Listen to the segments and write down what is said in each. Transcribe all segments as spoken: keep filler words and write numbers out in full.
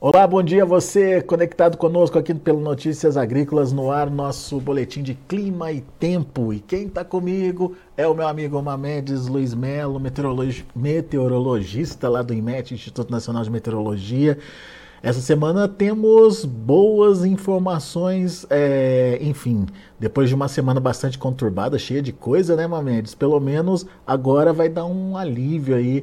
Olá, bom dia a você conectado conosco aqui pelo Notícias Agrícolas no ar, nosso boletim de clima e tempo. E quem está comigo é o meu amigo Mamedes Luiz Melo, meteorologi- meteorologista lá do INMET, Instituto Nacional de Meteorologia. Essa semana temos boas informações, é, enfim, depois de uma semana bastante conturbada, cheia de coisa, né, Mamedes? Pelo menos agora vai dar um alívio aí,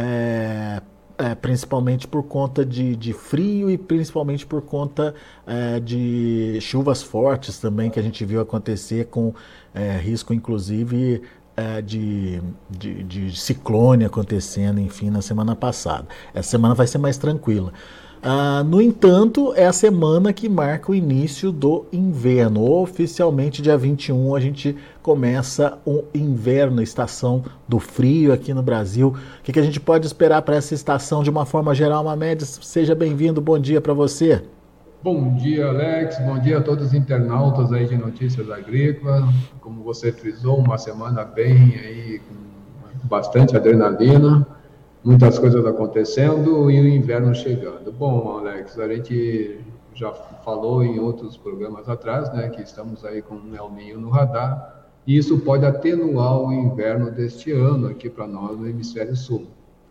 é, é, principalmente por conta de, de frio e principalmente por conta é, de chuvas fortes também que a gente viu acontecer com é, risco, inclusive, é, de, de, de ciclone acontecendo, enfim, na semana passada. Essa semana vai ser mais tranquila. Ah, no entanto, é a semana que marca o início do inverno. Oficialmente, dia vinte e um, a gente começa o inverno, a estação do frio aqui no Brasil. O que, que a gente pode esperar para essa estação de uma forma geral, Mamedes? Seja bem-vindo, bom dia para você. Bom dia, Alex. Bom dia a todos os internautas aí de Notícias Agrícolas. Como você frisou, uma semana bem aí, com bastante adrenalina, muitas coisas acontecendo e o inverno chegando. Bom, Alex, a gente já falou em outros programas atrás, né, que estamos aí com um El Niño no radar, e isso pode atenuar o inverno deste ano aqui para nós no Hemisfério Sul.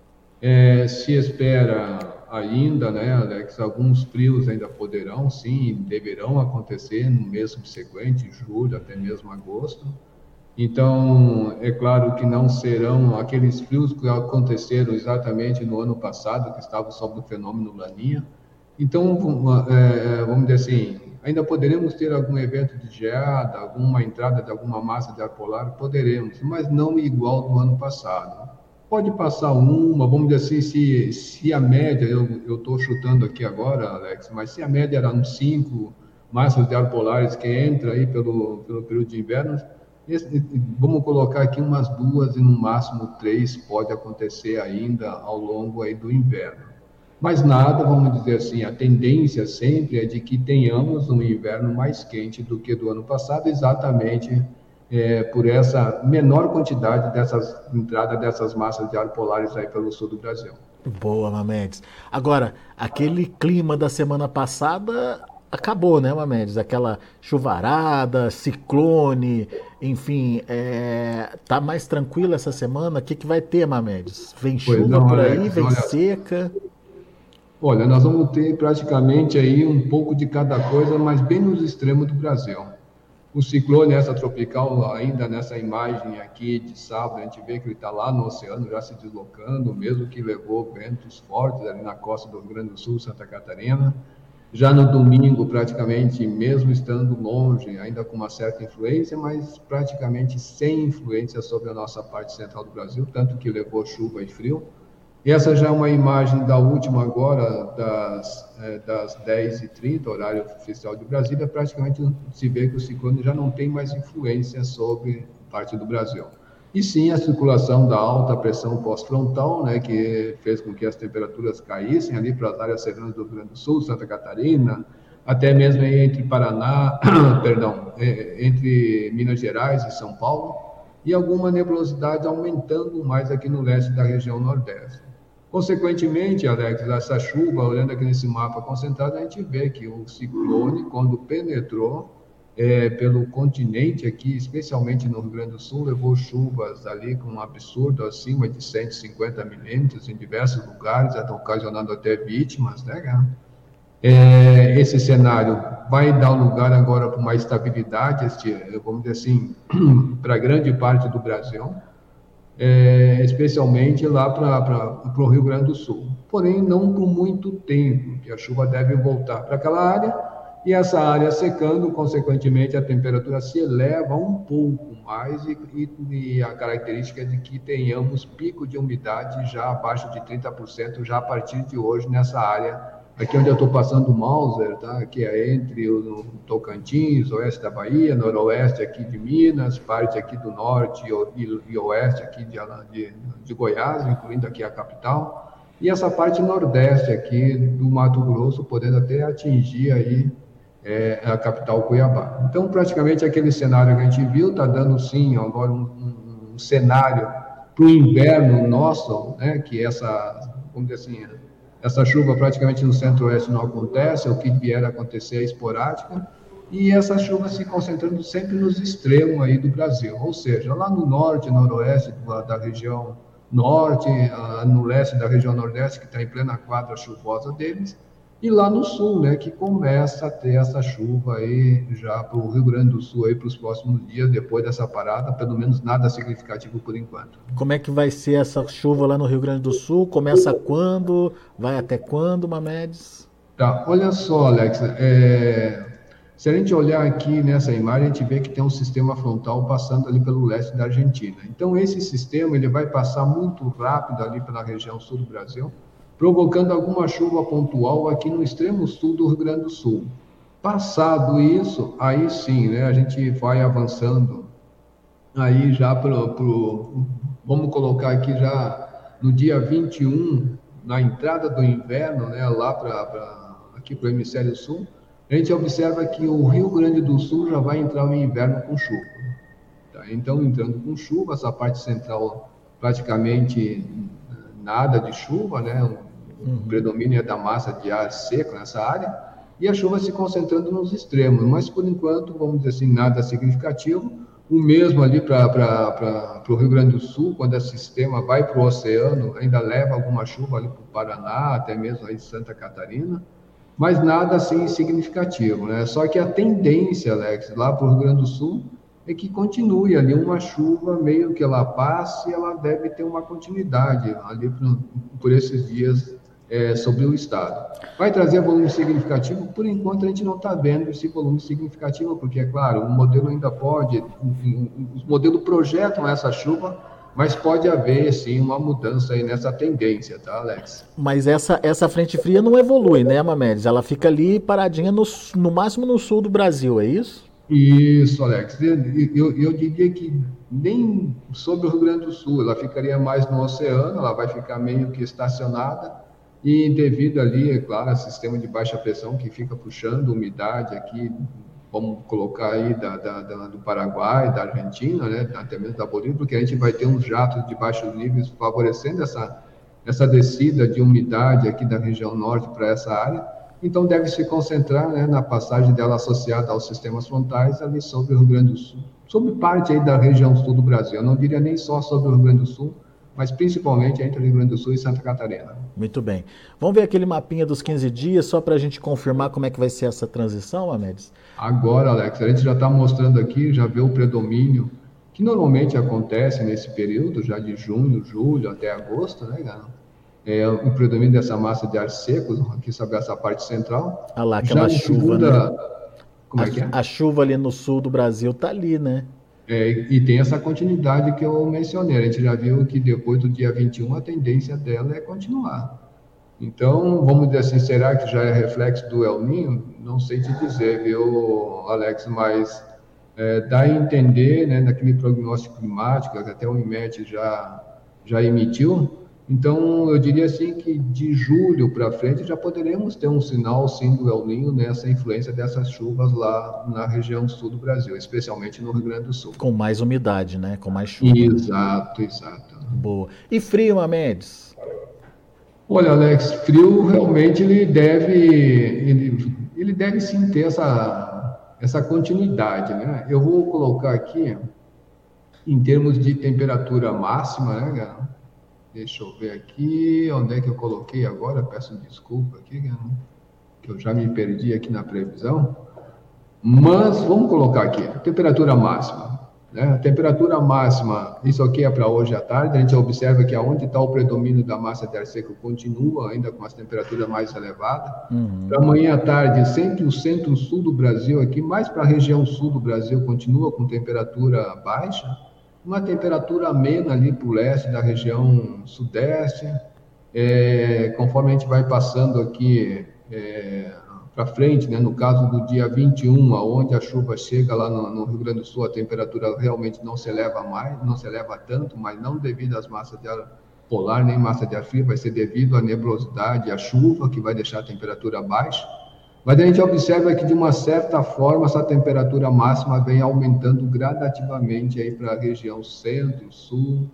É, se espera ainda, né, Alex, alguns frios ainda poderão, sim, deverão acontecer no mês subsequente, julho até mesmo agosto. Então, é claro que não serão aqueles frios que aconteceram exatamente no ano passado, que estavam sob o fenômeno Laninha. Então, vamos é, vamos dizer assim, ainda poderemos ter algum evento de geada, alguma entrada de alguma massa de ar polar, poderemos, mas não igual do ano passado. Pode passar uma, vamos dizer assim, se, se a média, eu estou chutando aqui agora, Alex, mas se a média era uns cinco massas de ar polares que entra aí pelo, pelo período de inverno, esse, vamos colocar aqui umas duas e no máximo três pode acontecer ainda ao longo aí do inverno. Mas nada, vamos dizer assim, a tendência sempre é de que tenhamos um inverno mais quente do que do ano passado, exatamente é, por essa menor quantidade dessas entrada dessas massas de ar polares aí pelo sul do Brasil. Boa, Mamedes. Agora, aquele clima da semana passada acabou, né, Mamedes? Aquela chuvarada, ciclone, enfim, é... tá mais tranquilo essa semana? O que que vai ter, Mamedes? Vem Pois chuva não, por aí, Alex, vem olha, seca? olha, nós vamos ter praticamente aí um pouco de cada coisa, mas bem nos extremos do Brasil. O ciclone essa tropical, ainda nessa imagem aqui de sábado, a gente vê que ele está lá no oceano, já se deslocando, mesmo que levou ventos fortes ali na costa do Rio Grande do Sul, Santa Catarina. Já no domingo, praticamente, mesmo estando longe, ainda com uma certa influência, mas praticamente sem influência sobre a nossa parte central do Brasil, tanto que levou chuva e frio. E essa já é uma imagem da última agora, das, é, das dez e trinta, horário oficial de Brasília, praticamente se vê que o ciclone já não tem mais influência sobre parte do Brasil. E sim a circulação da alta pressão pós-frontal, né, que fez com que as temperaturas caíssem ali para as áreas serranas do Rio Grande do Sul, Santa Catarina, até mesmo entre Paraná, perdão, entre Minas Gerais e São Paulo, e alguma nebulosidade aumentando mais aqui no leste da região Nordeste. Consequentemente, Alex, essa chuva, olhando aqui nesse mapa concentrado, a gente vê que o ciclone, quando penetrou é, pelo continente aqui, especialmente no Rio Grande do Sul, levou chuvas ali com um absurdo acima de cento e cinquenta milímetros em diversos lugares, ocasionando até vítimas, né, cara? É, esse cenário vai dar lugar agora para uma estabilidade, este, vamos dizer assim, para grande parte do Brasil, é, especialmente lá para o Rio Grande do Sul. Porém, não por muito tempo, que a chuva deve voltar para aquela área, e essa área secando, consequentemente, a temperatura se eleva um pouco mais, e, e, e a característica é de que tenhamos pico de umidade já abaixo de trinta por cento já a partir de hoje nessa área. Aqui onde eu estou passando o Mauser, tá? Que é entre o Tocantins, oeste da Bahia, noroeste aqui de Minas, parte aqui do norte e, e oeste aqui de, de, de Goiás, incluindo aqui a capital, e essa parte nordeste aqui do Mato Grosso, podendo até atingir aí é, a capital Cuiabá. Então, praticamente aquele cenário que a gente viu está dando sim agora um, um, um cenário para o inverno nosso, né? Que essa, vamos dizer assim, Essa chuva praticamente no centro-oeste não acontece, o que vier a acontecer é esporádica, e essa chuva se concentrando sempre nos extremos aí do Brasil, ou seja, lá no norte, noroeste da região norte, no leste da região nordeste, que está em plena quadra chuvosa deles, e lá no sul, né, que começa a ter essa chuva aí já para o Rio Grande do Sul aí para os próximos dias, depois dessa parada, pelo menos nada significativo por enquanto. Como é que vai ser essa chuva lá no Rio Grande do Sul? Começa quando? Vai até quando, Mamedes? Tá, olha só, Alex, é... se a gente olhar aqui nessa imagem, a gente vê que tem um sistema frontal passando ali pelo leste da Argentina. Então, esse sistema ele vai passar muito rápido ali pela região sul do Brasil, provocando alguma chuva pontual aqui no extremo sul do Rio Grande do Sul. Passado isso, aí sim, né, a gente vai avançando, aí já pro, pro, vamos colocar aqui já no dia vinte e um, na entrada do inverno, né, lá para aqui para o hemisfério sul, a gente observa que o Rio Grande do Sul já vai entrar no inverno com chuva. Tá? Então, entrando com chuva, essa parte central praticamente nada de chuva, né? O uhum. predomínio é da massa de ar seco nessa área, e a chuva se concentrando nos extremos, mas por enquanto, vamos dizer assim, nada significativo. O mesmo ali para o Rio Grande do Sul, quando esse sistema vai para o oceano, ainda leva alguma chuva ali para o Paraná, até mesmo aí Santa Catarina, mas nada assim significativo, né? Só que a tendência, Alex, lá para o Rio Grande do Sul, é que continue ali uma chuva, meio que ela passe, ela deve ter uma continuidade ali por, por esses dias é, sobre o estado. Vai trazer volume significativo? Por enquanto a gente não está vendo esse volume significativo, porque, é claro, o modelo ainda pode, os modelos projetam essa chuva, mas pode haver, sim, uma mudança aí nessa tendência, tá, Alex? Mas essa, essa frente fria não evolui, né, Mamedes? Ela fica ali paradinha no, no máximo no sul do Brasil, é isso? Isso, Alex. Eu, eu diria que nem sobre o Rio Grande do Sul, ela ficaria mais no oceano, ela vai ficar meio que estacionada, e devido ali, é claro, ao sistema de baixa pressão que fica puxando umidade aqui, vamos colocar aí da, da, da, do Paraguai, da Argentina, né, até mesmo da Bolívia, porque a gente vai ter uns jatos de baixos níveis favorecendo essa, essa descida de umidade aqui da região norte para essa área. Então deve se concentrar, né, na passagem dela associada aos sistemas frontais ali sobre o Rio Grande do Sul, sobre parte aí da região sul do Brasil. Eu não diria nem só sobre o Rio Grande do Sul, mas principalmente entre o Rio Grande do Sul e Santa Catarina. Muito bem. Vamos ver aquele mapinha dos quinze dias, só para a gente confirmar como é que vai ser essa transição, Mamedes? Agora, Alex, a gente já está mostrando aqui, já vê o predomínio, que normalmente acontece nesse período, já de junho, julho até agosto, né, cara? É, o predomínio dessa massa de ar seco, aqui sobre essa parte central. Ah lá, aquela chuva, segunda... né? Como a, é que é? A chuva ali no sul do Brasil tá ali, né? É, e tem essa continuidade que eu mencionei. A gente já viu que depois do dia vinte e um a tendência dela é continuar. Então, vamos dizer assim, será que já é reflexo do El Niño? Não sei te dizer, viu, Alex, mas é, dá a entender, né, naquele prognóstico climático que até o IMET já, já emitiu. Então, eu diria assim que de julho para frente já poderemos ter um sinal, sim, do El Niño nessa influência dessas chuvas lá na região sul do Brasil, especialmente no Rio Grande do Sul. Com mais umidade, né? Com mais chuva. Exato, exato. Boa. E frio, Mamedes? Olha, Alex, frio realmente ele deve, ele, ele deve sim ter essa, essa continuidade, né? Eu vou colocar aqui em termos de temperatura máxima, né, cara? Deixa eu ver aqui, onde é que eu coloquei agora? Peço desculpa aqui, que eu já me perdi aqui na previsão. Mas vamos colocar aqui, temperatura máxima. Né? A temperatura máxima, isso aqui é para hoje à tarde, a gente observa que aonde está o predomínio da massa de ar seco continua ainda com as temperaturas mais elevadas. Uhum. Para amanhã à tarde, sempre o centro-sul do Brasil aqui, mais para a região sul do Brasil, continua com temperatura baixa. Uma temperatura amena ali para o leste da região sudeste, é, conforme a gente vai passando aqui é, para frente, né, no caso do dia vinte e um, onde a chuva chega lá no, no Rio Grande do Sul, a temperatura realmente não se eleva mais, não se eleva tanto, mas não devido às massas de ar polar, nem massa de ar frio, vai ser devido à nebulosidade, à chuva, que vai deixar a temperatura baixa. Mas a gente observa que, de uma certa forma, essa temperatura máxima vem aumentando gradativamente aí para a região centro, sul,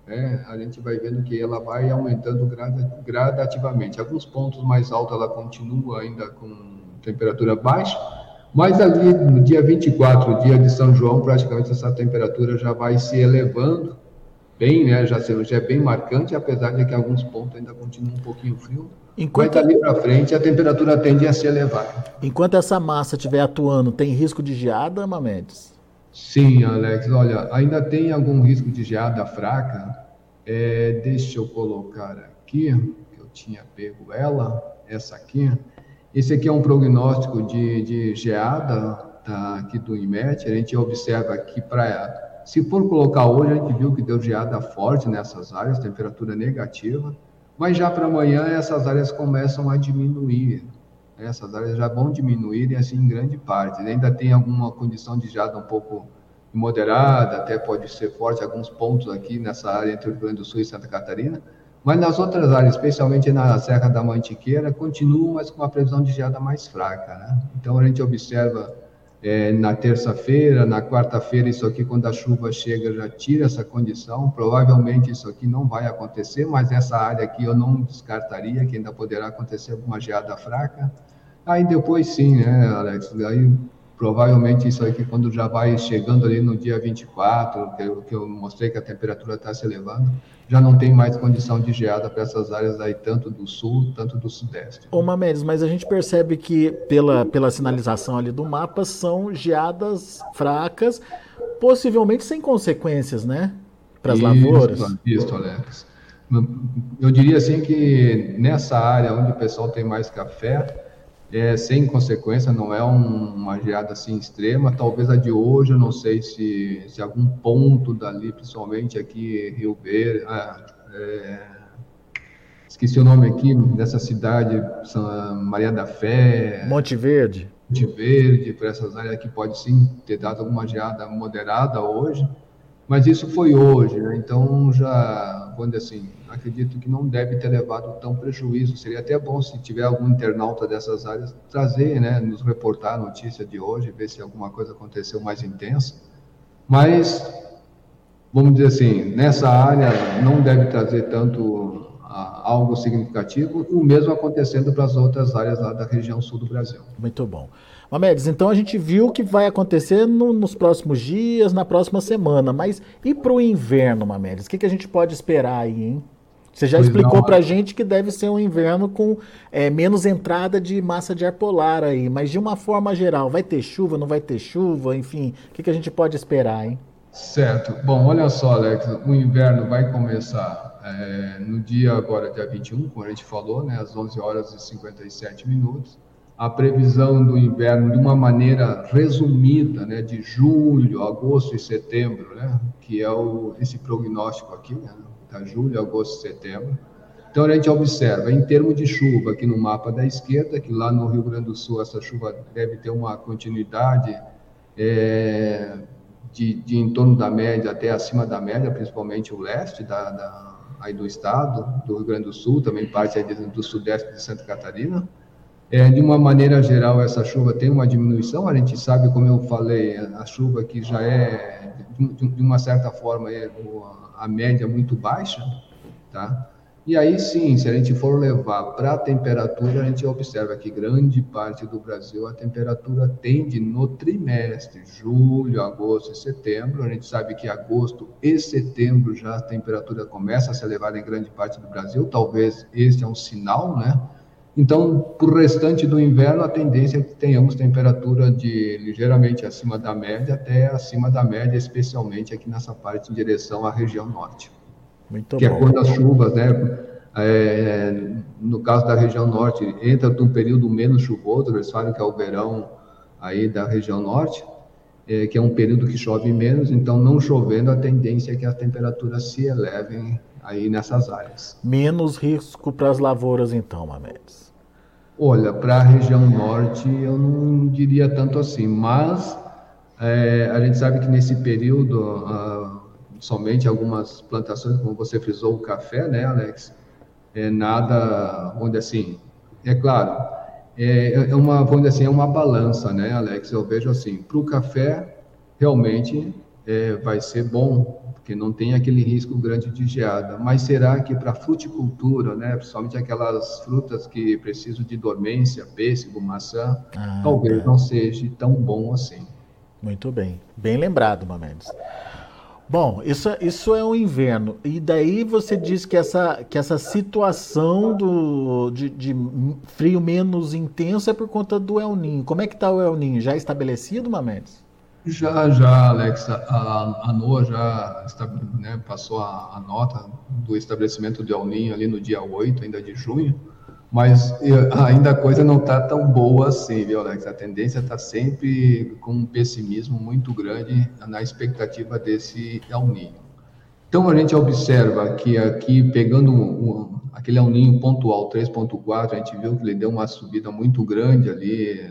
né, a gente vai vendo que ela vai aumentando grada, gradativamente. Alguns pontos mais altos ela continua ainda com temperatura baixa, mas ali no dia vinte e quatro, dia de São João, praticamente essa temperatura já vai se elevando bem, né? Já, já é bem marcante, apesar de que alguns pontos ainda continuam um pouquinho frio. Enquanto... Mas dali para frente a temperatura tende a se elevar. Enquanto essa massa estiver atuando, tem risco de geada, Mamedes? Sim, Alex. Olha, ainda tem algum risco de geada fraca. É, deixa eu colocar aqui, que eu tinha pego ela, essa aqui. Esse aqui é um prognóstico de, de geada, tá, aqui do IMET. A gente observa aqui para... Se for colocar hoje, a gente viu que deu geada forte nessas áreas, temperatura negativa. Mas já para amanhã essas áreas começam a diminuir. Essas áreas já vão diminuir, e assim, em grande parte. Ainda tem alguma condição de geada um pouco moderada, até pode ser forte, alguns pontos aqui nessa área entre o Rio Grande do Sul e Santa Catarina. Mas nas outras áreas, especialmente na Serra da Mantiqueira, continuam, mas com uma previsão de geada mais fraca, né? Então a gente observa é, na terça-feira, na quarta-feira, isso aqui, quando a chuva chega, já tira essa condição. Provavelmente isso aqui não vai acontecer, mas essa área aqui eu não descartaria que ainda poderá acontecer alguma geada fraca. Aí depois sim, né, Alex? Aí provavelmente isso aqui, quando já vai chegando ali no dia vinte e quatro, que eu, que eu mostrei que a temperatura está se elevando, já não tem mais condição de geada para essas áreas aí, tanto do sul, tanto do sudeste. Ô Mamedes, mas a gente percebe que pela, pela sinalização ali do mapa são geadas fracas, possivelmente sem consequências, né? Para as lavouras. Isso, Alex. Eu diria assim que nessa área onde o pessoal tem mais café, é, sem consequência, não é um, uma geada assim extrema. Talvez a de hoje, eu não sei se, se algum ponto dali, principalmente aqui Rio Verde, ah, é, esqueci o nome aqui, dessa cidade, São Maria da Fé... Monte Verde. Monte Verde, por essas áreas aqui pode sim ter dado alguma geada moderada hoje, mas isso foi hoje, né? Então já, vamos dizer assim, acredito que não deve ter levado tão prejuízo. Seria até bom se tiver algum internauta dessas áreas trazer, né, nos reportar a notícia de hoje, ver se alguma coisa aconteceu mais intensa. Mas, vamos dizer assim, nessa área não deve trazer tanto a, algo significativo, o mesmo acontecendo para as outras áreas lá da região sul do Brasil. Muito bom. Mamedes, então a gente viu o que vai acontecer no, nos próximos dias, na próxima semana, mas e para o inverno, Mamedes? O que, que a gente pode esperar aí, hein? Você já pois explicou para a gente que deve ser um inverno com é, menos entrada de massa de ar polar aí, mas de uma forma geral, vai ter chuva, não vai ter chuva, enfim, o que, que a gente pode esperar, hein? Certo. Bom, olha só, Alex, o inverno vai começar é, no dia agora, dia vinte e um, como a gente falou, né, às onze horas e cinquenta e sete minutos. A previsão do inverno de uma maneira resumida, né, de julho, agosto e setembro, né, que é o, esse prognóstico aqui, né, tá, julho, agosto e setembro. Então a gente observa, em termos de chuva, aqui no mapa da esquerda, que lá no Rio Grande do Sul essa chuva deve ter uma continuidade é, de, de em torno da média até acima da média, principalmente o leste da, da, aí do estado, do Rio Grande do Sul, também parte aí do sudeste de Santa Catarina. É, de uma maneira geral, essa chuva tem uma diminuição. A gente sabe, como eu falei, a chuva que já é, de, de uma certa forma, é a média muito baixa, tá? E aí sim, se a gente for levar para a temperatura, a gente observa que grande parte do Brasil a temperatura tende no trimestre, julho, agosto e setembro. A gente sabe que agosto e setembro já a temperatura começa a se elevar em grande parte do Brasil. Talvez este é um sinal, né? Então, para o restante do inverno, a tendência é que tenhamos temperatura de ligeiramente acima da média até acima da média, especialmente aqui nessa parte em direção à região norte. Muito que bom. é quando as chuvas, né, é, no caso da região norte, entra num período menos chuvoso, eles falam que é o verão aí da região norte, é, que é um período que chove menos, então não chovendo, a tendência é que as temperaturas se elevem aí nessas áreas. Menos risco para as lavouras então, Mamedes? Olha, para a região norte eu não diria tanto assim, mas é, a gente sabe que nesse período, ah, somente algumas plantações, como você frisou, o café, né, Alex? É nada, onde assim, é claro, é, é uma, vamos dizer assim, é uma balança, né, Alex? Eu vejo assim, para o café, realmente, é, vai ser bom, porque não tem aquele risco grande de geada. Mas será que para a fruticultura, né, principalmente aquelas frutas que precisam de dormência, pêssego, maçã, Ah, talvez tá. não seja tão bom assim. Muito bem. Bem lembrado, Mamedes. Bom, isso, é- isso é o inverno. E daí você diz que essa, que essa situação do, de, de frio menos intenso é por conta do El Niño. Como é que está o El Niño? Já estabelecido, Mamedes? Já, já, Alex, a, a NOAA já está, né, passou a, a nota do estabelecimento do El Niño ali no dia oito ainda de junho, mas eh, ainda a coisa não está tão boa assim, viu, Alex? A tendência está sempre com um pessimismo muito grande na expectativa desse El Niño. Então a gente observa que aqui, pegando um, um, aquele El Niño pontual três ponto quatro, a gente viu que ele deu uma subida muito grande ali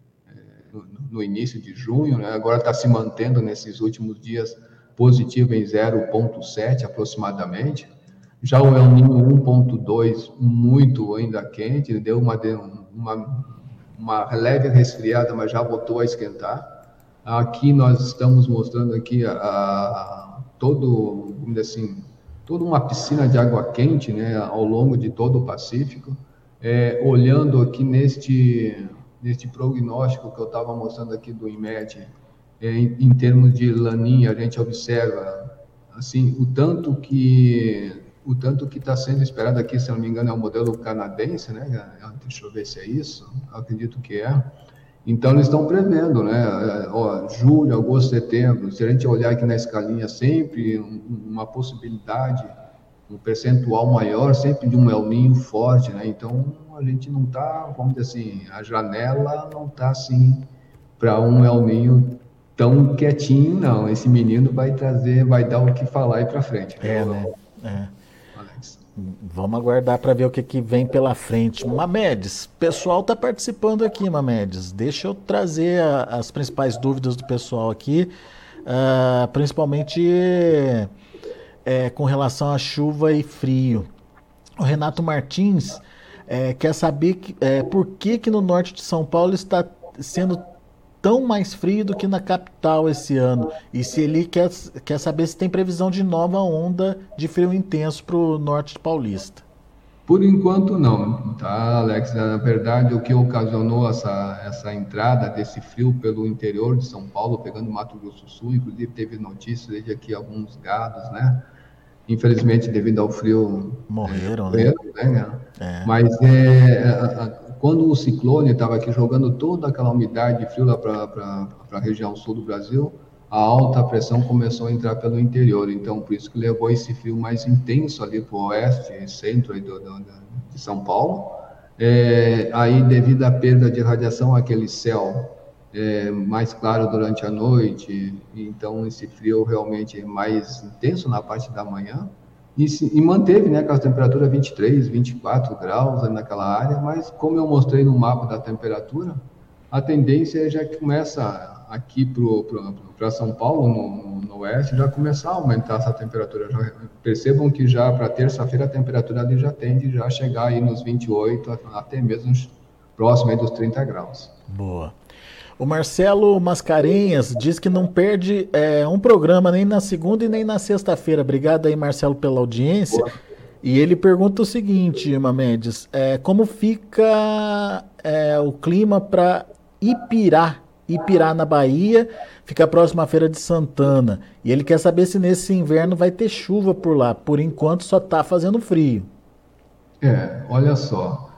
no, no início de junho, né? Agora está se mantendo nesses últimos dias positivo em zero ponto sete aproximadamente. Já o El Niño um ponto dois, muito ainda quente, ele deu uma, uma, uma leve resfriada, mas já voltou a esquentar. Aqui nós estamos mostrando aqui a, a todo, vamos dizer assim, toda uma piscina de água quente, né, ao longo de todo o Pacífico. É, olhando aqui neste, neste prognóstico que eu estava mostrando aqui do INMET, é, em, em termos de laninha, a gente observa assim o tanto que o tanto que está sendo esperado aqui, se não me engano, é o modelo canadense, né? Deixa eu ver se é isso, acredito que é. Então, eles estão prevendo, né? Ó, julho, agosto, setembro. Se a gente olhar aqui na escalinha, sempre uma possibilidade, um percentual maior, sempre de um El Niño forte, né? Então, a gente não está, vamos dizer assim, a janela não está assim para um El Niño tão quietinho, não. Esse menino vai trazer, vai dar o que falar aí para frente. É, viu, né? É. Alex? Vamos aguardar para ver o que, que vem pela frente. Mamedes, o pessoal está participando aqui, Mamedes. Deixa eu trazer a- as principais dúvidas do pessoal aqui, ah, principalmente é, com relação a chuva e frio. O Renato Martins é, quer saber que, é, por que, que no norte de São Paulo está sendo tão mais frio do que na capital esse ano. E se ele quer, quer saber se tem previsão de nova onda de frio intenso para o norte paulista. Por enquanto, não, tá, Alex? Na verdade, o que ocasionou essa, essa entrada desse frio pelo interior de São Paulo, pegando Mato Grosso do Sul, inclusive teve notícias de aqui alguns gados, né? Infelizmente, devido ao frio, é, Morreram, né? morreram, né? É. Mas é, a- a- quando o ciclone estava aqui jogando toda aquela umidade de frio lá para a região sul do Brasil, a alta pressão começou a entrar pelo interior. Então, por isso que levou esse frio mais intenso ali para o oeste e centro aí do, do- de São Paulo. É, aí, devido à perda de radiação, aquele céu é, mais claro durante a noite, então esse frio realmente é mais intenso na parte da manhã. E, se, e manteve, né, aquela temperatura vinte e três, vinte e quatro graus ali naquela área, mas como eu mostrei no mapa da temperatura, a tendência já começa aqui para São Paulo, no, no oeste, já começar a aumentar essa temperatura. Já, percebam que já para terça-feira a temperatura ali já tende já a chegar aí nos vinte e oito, até mesmo próximo aí dos trinta graus. Boa. O Marcelo Mascarenhas diz que não perde é, um programa nem na segunda e nem na sexta-feira. Obrigado aí, Marcelo, pela audiência. Boa. E ele pergunta o seguinte, Mamedes, é, como fica é, o clima para Ipirá, Ipirá na Bahia, fica próximo à Feira de Santana. E ele quer saber se nesse inverno vai ter chuva por lá. Por enquanto só está fazendo frio. É, olha só,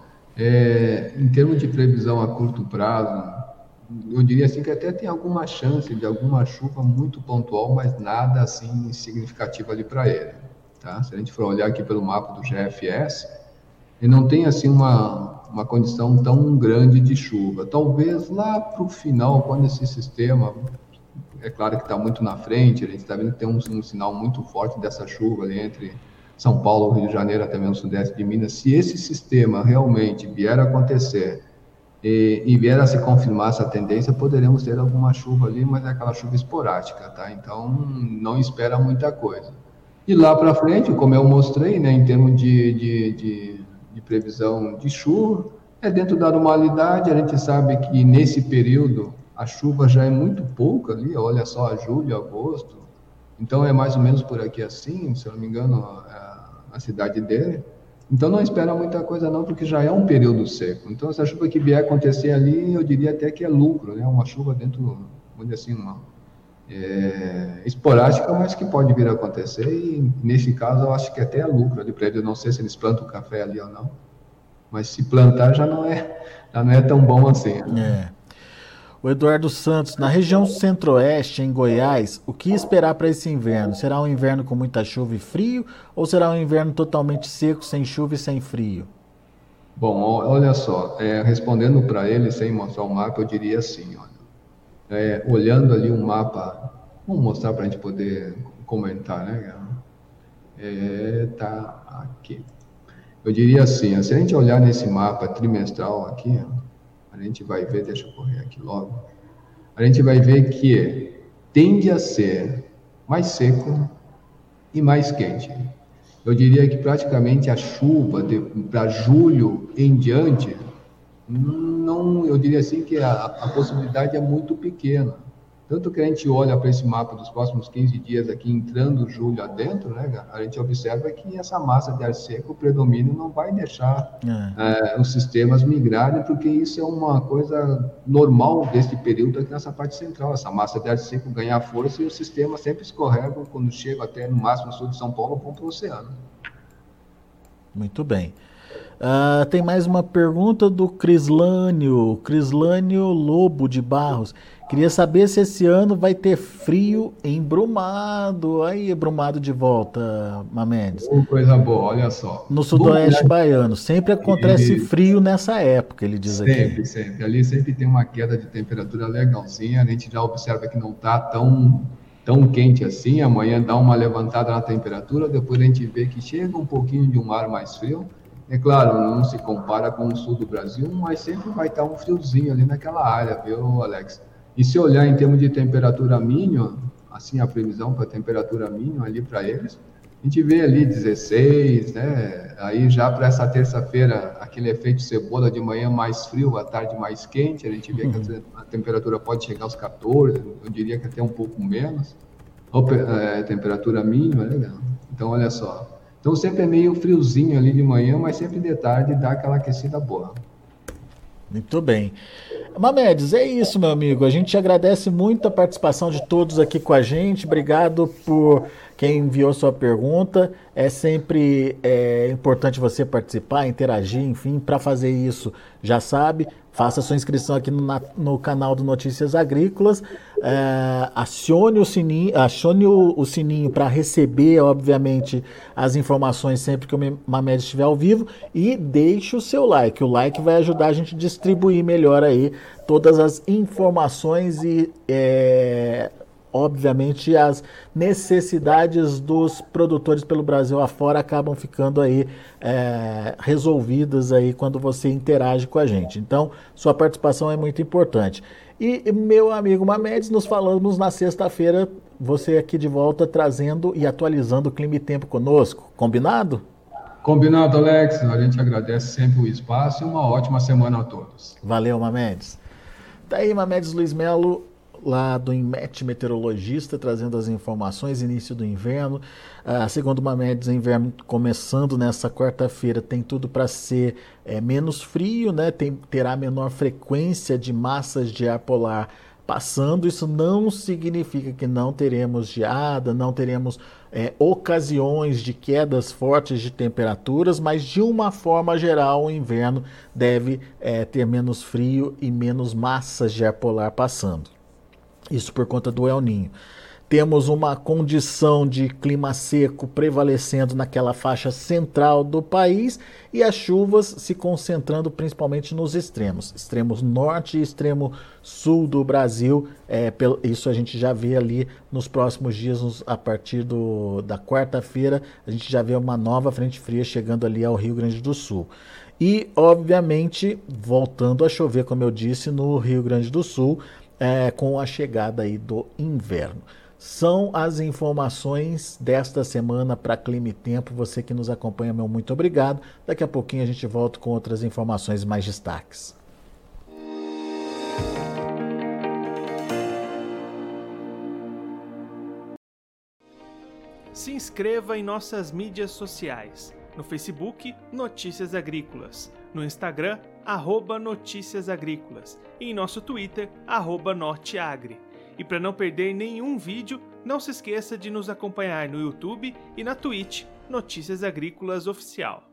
é, em termos de previsão a curto prazo, eu diria assim que até tem alguma chance de alguma chuva muito pontual, mas nada assim significativo ali para ele, tá? Se a gente for olhar aqui pelo mapa do G F S, ele não tem assim uma, uma condição tão grande de chuva. Talvez lá para o final, quando esse sistema, é claro que está muito na frente, a gente está vendo que tem um, um sinal muito forte dessa chuva ali entre São Paulo, Rio de Janeiro, até mesmo o sudeste de Minas. Se esse sistema realmente vier a acontecer e, e vier a se confirmar essa tendência, poderemos ter alguma chuva ali, mas é aquela chuva esporádica, tá? Então, não espera muita coisa. E lá para frente, como eu mostrei, né, em termos de, de, de, de previsão de chuva, é dentro da normalidade. A gente sabe que nesse período a chuva já é muito pouca ali, olha só, julho, agosto, Então é mais ou menos por aqui assim, se eu não me engano, a cidade dele. Então não espera muita coisa não, porque já é um período seco. Então essa chuva que vier acontecer ali, eu diria até que é lucro, né? Uma chuva dentro, vamos dizer assim, uma, é, esporádica, mas que pode vir a acontecer. E nesse caso eu acho que até é lucro ali para eles. Eu não sei se eles plantam café ali ou não, mas se plantar já não é, já não é tão bom assim, né? É. O Eduardo Santos, na região centro-oeste, em Goiás, o que esperar para esse inverno? Será um inverno com muita chuva e frio ou será um inverno totalmente seco, sem chuva e sem frio? Bom, ó- olha só, é, respondendo para ele sem mostrar o mapa, eu diria assim, olha, é, olhando ali um mapa, vamos mostrar para a gente poder comentar, né, cara? É, tá aqui. Eu diria assim, ó, se a gente olhar nesse mapa trimestral aqui, ó, a gente vai ver, deixa eu correr aqui logo, a gente vai ver que tende a ser mais seco e mais quente. Eu diria que praticamente a chuva para julho em diante, não, eu diria assim que a, a possibilidade é muito pequena. Tanto que a gente olha para esse mapa dos próximos quinze dias aqui, entrando julho adentro, né, a gente observa que essa massa de ar seco, o predomínio não vai deixar É. é, os sistemas migrarem, porque isso é uma coisa normal desse período aqui nessa parte central. Essa massa de ar seco ganha força e o sistema sempre escorrega quando chega até no máximo sul de São Paulo, vão para o oceano. Muito bem. Ah, tem mais uma pergunta do Crislânio, Crislânio Lobo de Barros. Queria saber se esse ano vai ter frio em Brumado. Aí, Brumado de volta, Mamedes. Oh, coisa boa, olha só. No Bom, sudoeste baiano. Sempre acontece e frio nessa época, ele diz aqui. sempre, sempre. Ali sempre tem uma queda de temperatura legalzinha. A gente já observa que não está tão, tão quente assim. Amanhã dá uma levantada na temperatura, depois a gente vê que chega um pouquinho de um ar mais frio. É claro, não se compara com o sul do Brasil, mas sempre vai estar um friozinho ali naquela área, viu, Alex? E se olhar em termos de temperatura mínima, assim a previsão para a temperatura mínima ali para eles, a gente vê ali dezesseis, né? Aí já para essa terça-feira, aquele efeito cebola de manhã mais frio, à tarde mais quente, a gente vê que a temperatura pode chegar aos quatorze, eu diria que até um pouco menos. Opa, é, temperatura mínima, né? Então, olha só. Então, sempre é meio friozinho ali de manhã, mas sempre de tarde dá aquela aquecida boa. Muito bem. Mamedes, é isso, meu amigo. A gente agradece muito a participação de todos aqui com a gente. Obrigado por quem enviou sua pergunta. É sempre é, importante você participar, interagir, enfim. Para fazer isso, já sabe, faça sua inscrição aqui no, na- no canal do Notícias Agrícolas. É, acione o sininho, acione o, o sininho para receber, obviamente, as informações sempre que o Mamedes estiver ao vivo. E deixe o seu like. O like vai ajudar a gente a distribuir melhor aí todas as informações e, é, obviamente, as necessidades dos produtores pelo Brasil afora acabam ficando aí é, resolvidas aí quando você interage com a gente. Então, sua participação é muito importante. E, meu amigo Mamedes, nos falamos na sexta-feira, você aqui de volta trazendo e atualizando o clima e tempo conosco. Combinado? Combinado, Alex. A gente agradece sempre o espaço e uma ótima semana a todos. Valeu, Mamedes. Tá aí, Mamedes Luiz Melo, lá do INMET Meteorologista, trazendo as informações, início do inverno. Ah, segundo o Mamedes, o inverno começando nessa quarta-feira tem tudo para ser é, menos frio, né? Tem, terá menor frequência de massas de ar polar passando. Isso não significa que não teremos geada, não teremos é, ocasiões de quedas fortes de temperaturas, mas de uma forma geral o inverno deve é, ter menos frio e menos massas de ar polar passando. Isso por conta do El Niño. Temos uma condição de clima seco prevalecendo naquela faixa central do país e as chuvas se concentrando principalmente nos extremos, extremos norte e extremo sul do Brasil. É, isso a gente já vê ali nos próximos dias, a partir do, da quarta-feira, a gente já vê uma nova frente fria chegando ali ao Rio Grande do Sul. E, obviamente, voltando a chover, como eu disse, no Rio Grande do Sul, é, com a chegada aí do inverno. São as informações desta semana para Clima e Tempo. Você que nos acompanha, meu muito obrigado. Daqui a pouquinho a gente volta com outras informações mais destaques. Se inscreva em nossas mídias sociais. No Facebook, Notícias Agrícolas. No Instagram, arroba Notícias Agrícolas. E em nosso Twitter, arroba Norteagri. E para não perder nenhum vídeo, não se esqueça de nos acompanhar no YouTube e na Twitch, Notícias Agrícolas Oficial.